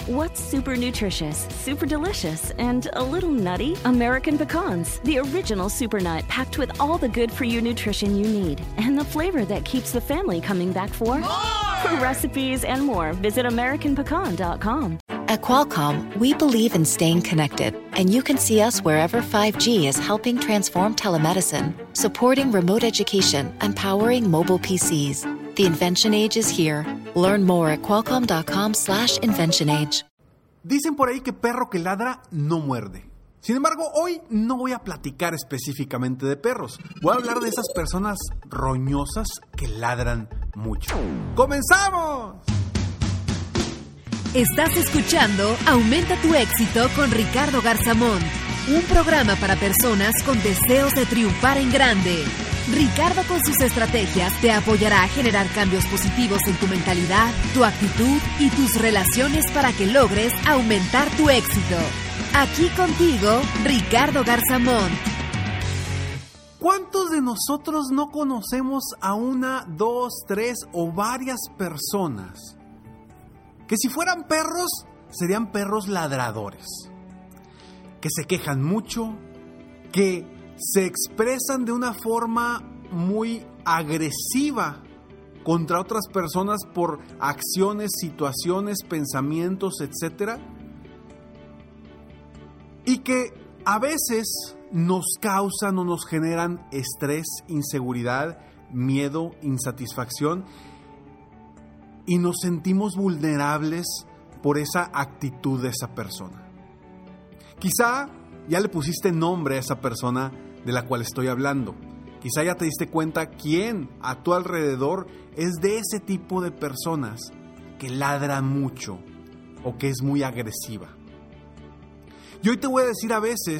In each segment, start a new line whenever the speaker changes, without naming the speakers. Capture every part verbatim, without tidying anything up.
What's super nutritious, super delicious, and a little nutty? American Pecans, the original super nut packed with all the good-for-you nutrition you need and the flavor that keeps the family coming back for more. For recipes and more, visit american pecan dot com.
At Qualcomm, we believe in staying connected, and you can see us wherever five G is helping transform telemedicine, supporting remote education, and powering mobile P Cs. The invention age is here. Learn more at qualcomm dot com slash invention age.
Dicen por ahí que perro que ladra no muerde. Sin embargo, hoy no voy a platicar específicamente de perros. Voy a hablar de esas personas roñosas que ladran mucho. ¡Comenzamos!
Estás escuchando Aumenta tu éxito con Ricardo Garzamón, un programa para personas con deseos de triunfar en grande. Ricardo con sus estrategias te apoyará a generar cambios positivos en tu mentalidad, tu actitud y tus relaciones para que logres aumentar tu éxito. Aquí contigo, Ricardo Garzamón.
¿Cuántos de nosotros no conocemos a una, dos, tres o varias personas que si fueran perros, serían perros ladradores, que se quejan mucho, que se expresan de una forma muy agresiva contra otras personas por acciones, situaciones, pensamientos, etcétera, y que a veces nos causan o nos generan estrés, inseguridad, miedo, insatisfacción, y nos sentimos vulnerables por esa actitud de esa persona. Quizá ya le pusiste nombre a esa persona de la cual estoy hablando. Quizá ya te diste cuenta quién a tu alrededor es de ese tipo de personas que ladra mucho o que es muy agresiva. Y hoy te voy a decir a veces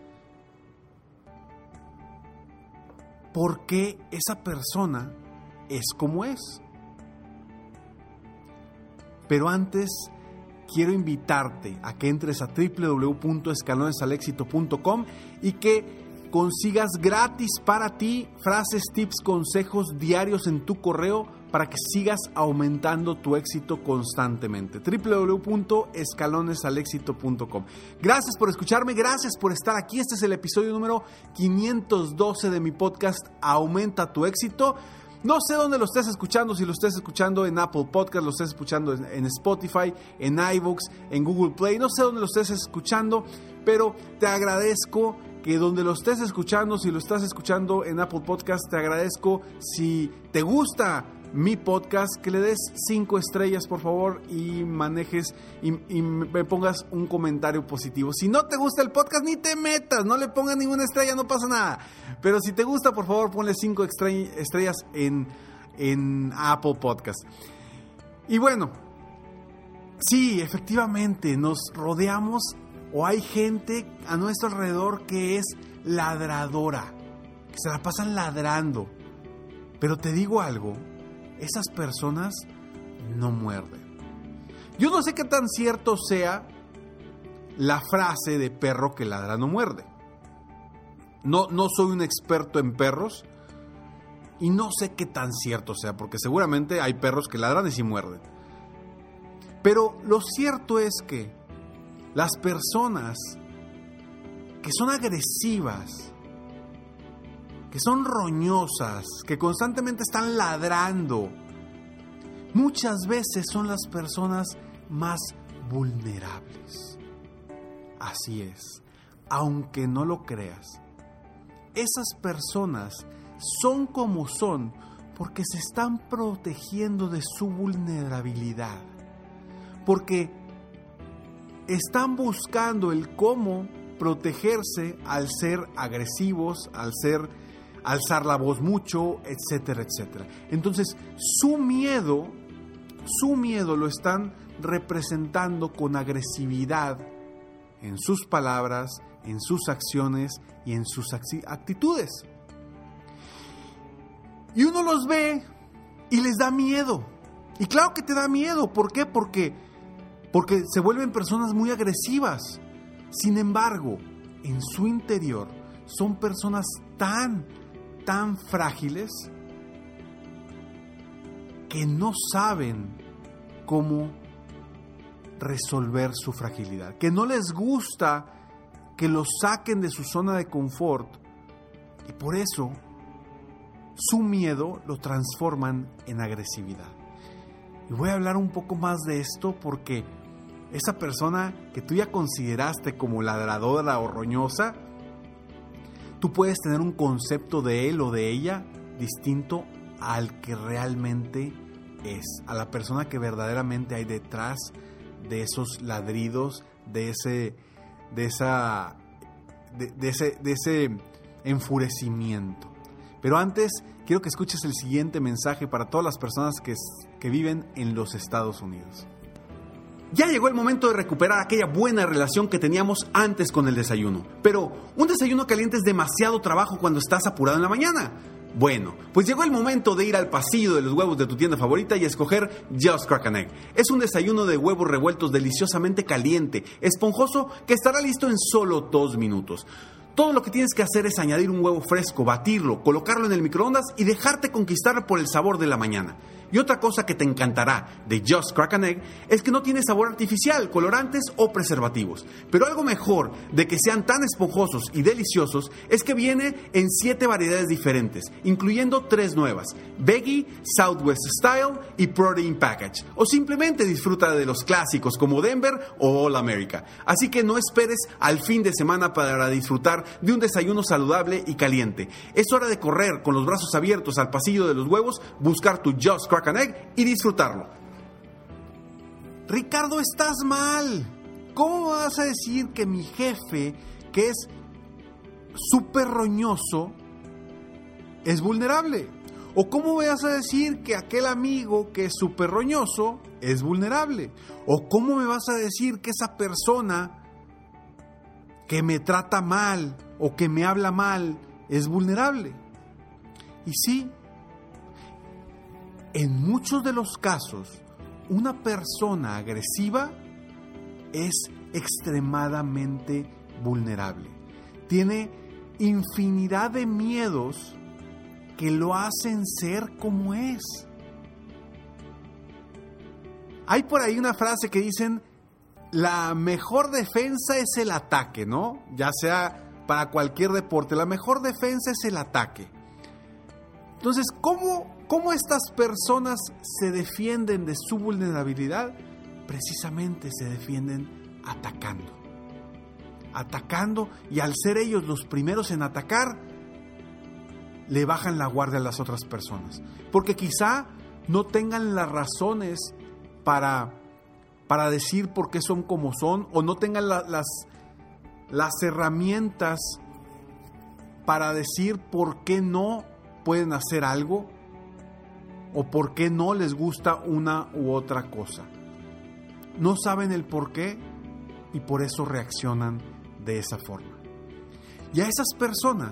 por qué esa persona es como es. Pero antes quiero invitarte a que entres a doble u doble u doble u punto escalones al éxito punto com y que consigas gratis para ti frases, tips, consejos diarios en tu correo para que sigas aumentando tu éxito constantemente. doble u doble u doble u punto escalones al éxito punto com. Gracias por escucharme, gracias por estar aquí. Este es el episodio número quinientos doce de mi podcast Aumenta tu éxito. No sé dónde lo estés escuchando, si lo estés escuchando en Apple Podcast, lo estés escuchando en, en Spotify, en iVoox, en Google Play, no sé dónde lo estés escuchando, pero te agradezco que donde lo estés escuchando, si lo estás escuchando en Apple Podcast, te agradezco si te gusta mi podcast, que le des cinco estrellas por favor y manejes y, y me pongas un comentario positivo. Si no te gusta el podcast, ni te metas, no le pongas ninguna estrella, no pasa nada. Pero si te gusta, por favor, ponle cinco estrellas en, en Apple Podcast. Y bueno, sí, efectivamente, nos rodeamos o hay gente a nuestro alrededor que es ladradora, que se la pasan ladrando. Pero te digo algo, esas personas no muerden. Yo no sé qué tan cierto sea la frase de perro que ladra no muerde. No, no soy un experto en perros y no sé qué tan cierto sea, porque seguramente hay perros que ladran y sí muerden. Pero lo cierto es que las personas que son agresivas, que son roñosas, que constantemente están ladrando, muchas veces son las personas más vulnerables. Así es, aunque no lo creas, esas personas son como son porque se están protegiendo de su vulnerabilidad, porque están buscando el cómo protegerse al ser agresivos, al ser alzar la voz mucho, etcétera, etcétera. Entonces, su miedo, su miedo lo están representando con agresividad en sus palabras, en sus acciones y en sus actitudes. Y uno los ve y les da miedo. Y claro que te da miedo. ¿Por qué? Porque, porque se vuelven personas muy agresivas. Sin embargo, en su interior son personas tan, tan frágiles que no saben cómo resolver su fragilidad, que no les gusta que los saquen de su zona de confort y por eso su miedo lo transforman en agresividad. Y voy a hablar un poco más de esto porque esa persona que tú ya consideraste como ladradora o roñosa, tú puedes tener un concepto de él o de ella distinto al que realmente es, a la persona que verdaderamente hay detrás de esos ladridos, de ese, de esa, de, de ese, de ese enfurecimiento. Pero antes quiero que escuches el siguiente mensaje para todas las personas que, que viven en los Estados Unidos. Ya llegó el momento de recuperar aquella buena relación que teníamos antes con el desayuno. Pero un desayuno caliente es demasiado trabajo cuando estás apurado en la mañana. Bueno, pues llegó el momento de ir al pasillo de los huevos de tu tienda favorita y escoger Just Crack an Egg. Es un desayuno de huevos revueltos deliciosamente caliente, esponjoso, que estará listo en solo dos minutos. Todo lo que tienes que hacer es añadir un huevo fresco, batirlo, colocarlo en el microondas y dejarte conquistar por el sabor de la mañana. Y otra cosa que te encantará de Just Crack an Egg es que no tiene sabor artificial, colorantes o preservativos. Pero algo mejor de que sean tan esponjosos y deliciosos es que viene en siete variedades diferentes, incluyendo tres nuevas: Veggie, Southwest Style y Protein Package. O simplemente disfruta de los clásicos como Denver o All America. Así que no esperes al fin de semana para disfrutar de un desayuno saludable y caliente. Es hora de correr con los brazos abiertos al pasillo de los huevos, buscar tu Just Crack an Egg y disfrutarlo. Ricardo, estás mal. ¿Cómo vas a decir que mi jefe, que es súper roñoso, es vulnerable? ¿O cómo vas a decir que aquel amigo que es súper roñoso es vulnerable? ¿O cómo me vas a decir que esa persona que me trata mal o que me habla mal es vulnerable? Y sí, en muchos de los casos, una persona agresiva es extremadamente vulnerable. Tiene infinidad de miedos que lo hacen ser como es. Hay por ahí una frase que dicen: la mejor defensa es el ataque, ¿no? Ya sea para cualquier deporte, la mejor defensa es el ataque. Entonces, ¿cómo, cómo estas personas se defienden de su vulnerabilidad? Precisamente se defienden atacando. Atacando, y al ser ellos los primeros en atacar, le bajan la guardia a las otras personas. Porque quizá no tengan las razones para... para decir por qué son como son, o no tengan la, las, las herramientas para decir por qué no pueden hacer algo, o por qué no les gusta una u otra cosa. No saben el por qué y por eso reaccionan de esa forma. Y a esas personas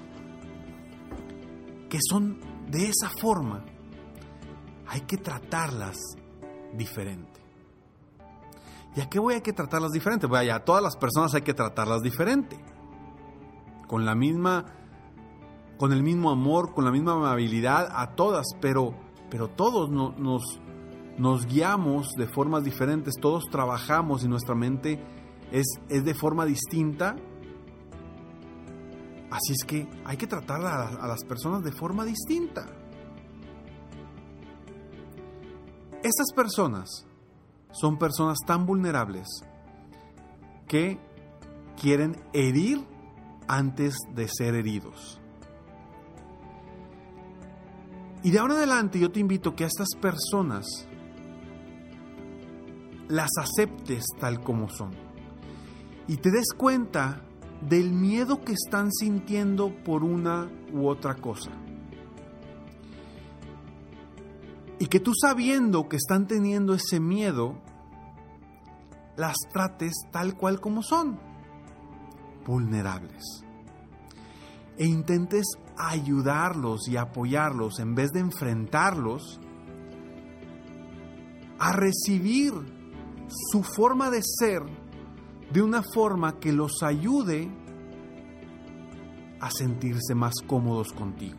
que son de esa forma, hay que tratarlas diferente. ¿Y a qué voy a que tratarlas diferente? Vaya, a todas las personas hay que tratarlas diferente. Con la misma, con el mismo amor, con la misma amabilidad a todas, pero, pero todos no, nos, nos guiamos de formas diferentes, todos trabajamos y nuestra mente es, es de forma distinta. Así es que hay que tratar a, a las personas de forma distinta. Estas personas son personas tan vulnerables que quieren herir antes de ser heridos. Y de ahora en adelante yo te invito a que a estas personas las aceptes tal como son y te des cuenta del miedo que están sintiendo por una u otra cosa. Y que tú, sabiendo que están teniendo ese miedo, las trates tal cual como son, vulnerables. E intentes ayudarlos y apoyarlos en vez de enfrentarlos a recibir su forma de ser de una forma que los ayude a sentirse más cómodos contigo.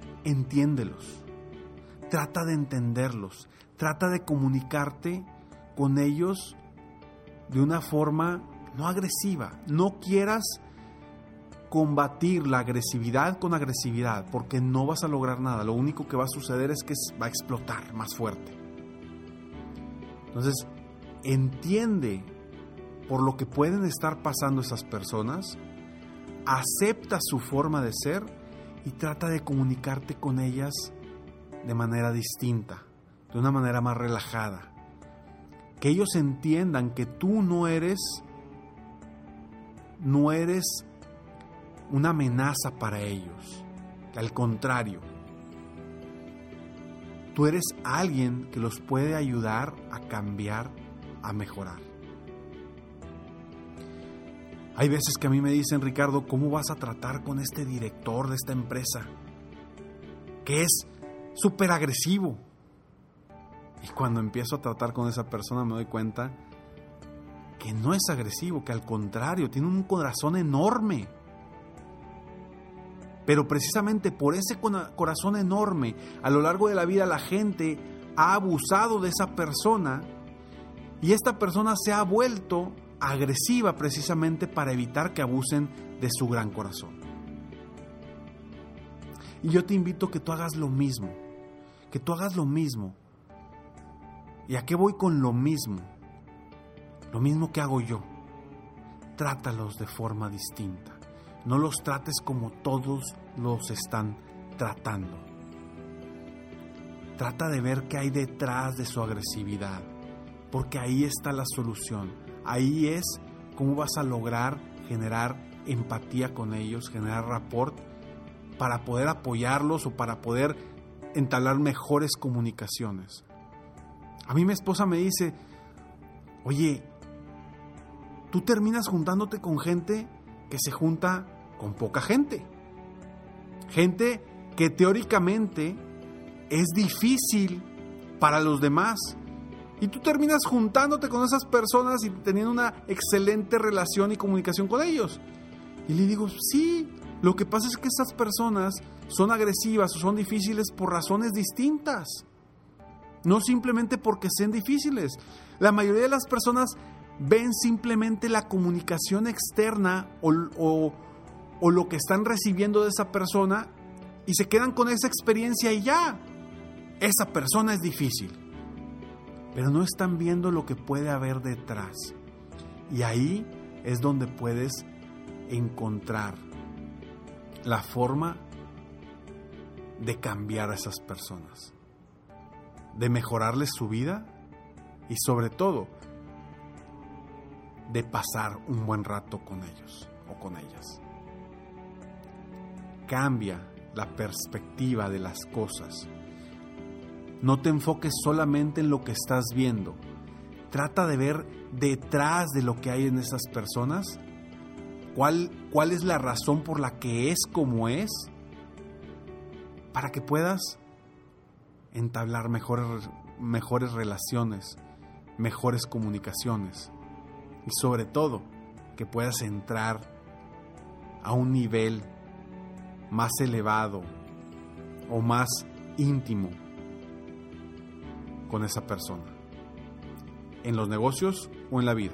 Entiéndelos. Trata de entenderlos, trata de comunicarte con ellos de una forma no agresiva. No quieras combatir la agresividad con agresividad, porque no vas a lograr nada. Lo único que va a suceder es que va a explotar más fuerte. Entonces, entiende por lo que pueden estar pasando esas personas, acepta su forma de ser y trata de comunicarte con ellas de manera distinta, de una manera más relajada. Que ellos entiendan que tú no eres, no eres una amenaza para ellos. Al contrario, tú eres alguien que los puede ayudar a cambiar, a mejorar. Hay veces que a mí me dicen, Ricardo, ¿cómo vas a tratar con este director de esta empresa? Que es súper agresivo. Y cuando empiezo a tratar con esa persona me doy cuenta que no es agresivo, que al contrario, tiene un corazón enorme. Pero precisamente por ese corazón enorme, a lo largo de la vida la gente ha abusado de esa persona y esta persona se ha vuelto agresiva precisamente para evitar que abusen de su gran corazón. Y yo te invito a que tú hagas lo mismo, que tú hagas lo mismo. ¿Y a qué voy con lo mismo? Lo mismo que hago yo. Trátalos de forma distinta. No los trates como todos los están tratando. Trata de ver qué hay detrás de su agresividad, porque ahí está la solución. Ahí es cómo vas a lograr generar empatía con ellos, generar rapport, para poder apoyarlos o para poder entablar mejores comunicaciones. A mí mi esposa me dice, oye, tú terminas juntándote con gente que se junta con poca gente. Gente que teóricamente es difícil para los demás. Y tú terminas juntándote con esas personas y teniendo una excelente relación y comunicación con ellos. Y le digo, sí, lo que pasa es que esas personas son agresivas o son difíciles por razones distintas. No simplemente porque sean difíciles. La mayoría de las personas ven simplemente la comunicación externa o, o, o lo que están recibiendo de esa persona y se quedan con esa experiencia y ya. Esa persona es difícil. Pero no están viendo lo que puede haber detrás. Y ahí es donde puedes encontrar la forma de cambiar a esas personas, de mejorarles su vida y sobre todo de pasar un buen rato con ellos o con ellas. Cambia la perspectiva de las cosas. No te enfoques solamente en lo que estás viendo. Trata de ver detrás de lo que hay en esas personas, cuál, cuál es la razón por la que es como es, para que puedas entablar mejores, mejores relaciones, mejores comunicaciones y sobre todo que puedas entrar a un nivel más elevado o más íntimo con esa persona, en los negocios o en la vida.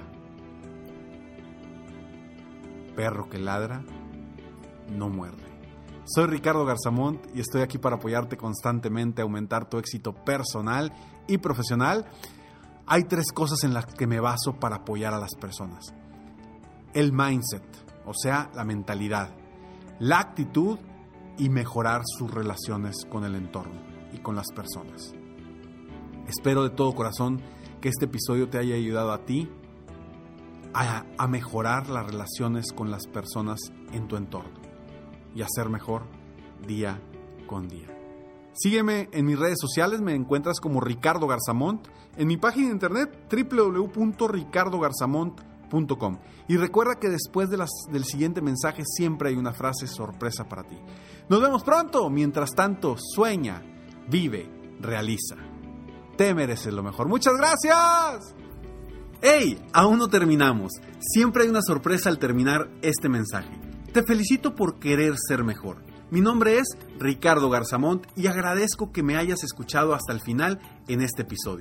Perro que ladra no muerde. Soy Ricardo Garzamont y estoy aquí para apoyarte constantemente a aumentar tu éxito personal y profesional. Hay tres cosas en las que me baso para apoyar a las personas: el mindset, o sea, la mentalidad, la actitud y mejorar sus relaciones con el entorno y con las personas. Espero de todo corazón que este episodio te haya ayudado a ti a, a mejorar las relaciones con las personas en tu entorno y a ser mejor día con día. Sígueme en mis redes sociales, me encuentras como Ricardo Garzamont, en mi página de internet doble u doble u doble u punto ricardo garzamont punto com. Y recuerda que después de las, del siguiente mensaje siempre hay una frase sorpresa para ti. Nos vemos pronto. Mientras tanto, sueña, vive, realiza. Te mereces lo mejor. ¡Muchas gracias! ¡Hey! Aún no terminamos. Siempre hay una sorpresa al terminar este mensaje. Te felicito por querer ser mejor. Mi nombre es Ricardo Garzamont y agradezco que me hayas escuchado hasta el final en este episodio.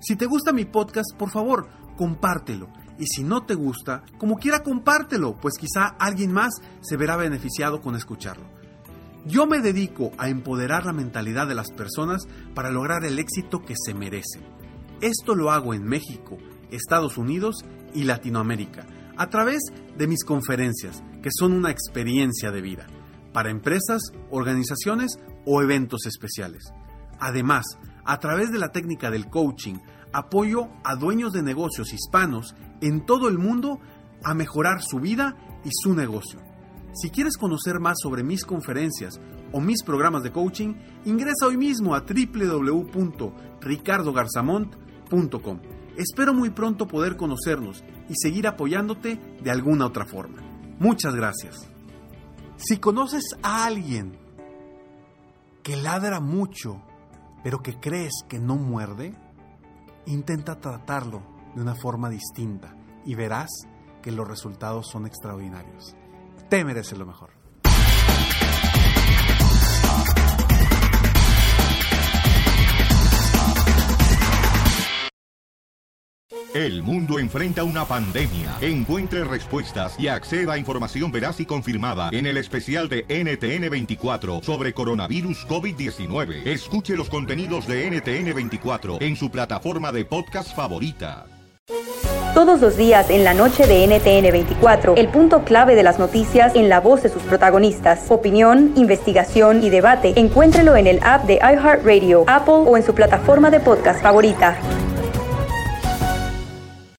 Si te gusta mi podcast, por favor, compártelo. Y si no te gusta, como quiera compártelo, pues quizá alguien más se verá beneficiado con escucharlo. Yo me dedico a empoderar la mentalidad de las personas para lograr el éxito que se merecen. Esto lo hago en México, Estados Unidos y Latinoamérica, a través de mis conferencias, que son una experiencia de vida, para empresas, organizaciones o eventos especiales. Además, a través de la técnica del coaching, apoyo a dueños de negocios hispanos en todo el mundo a mejorar su vida y su negocio. Si quieres conocer más sobre mis conferencias o mis programas de coaching, ingresa hoy mismo a doble u doble u doble u punto ricardo garzamont punto com. Espero muy pronto poder conocernos y seguir apoyándote de alguna otra forma. Muchas gracias. Si conoces a alguien que ladra mucho, pero que crees que no muerde, intenta tratarlo de una forma distinta y verás que los resultados son extraordinarios. Te mereces lo mejor.
El mundo enfrenta una pandemia. Encuentre respuestas y acceda a información veraz y confirmada en el especial de N T N veinticuatro sobre coronavirus COVID diecinueve. Escuche los contenidos de N T N veinticuatro en su plataforma de podcast favorita.
Todos los días en la noche de N T N veinticuatro, el punto clave de las noticias en la voz de sus protagonistas. Opinión, investigación y debate. Encuéntrelo en el app de iHeartRadio, Apple o en su plataforma de podcast favorita.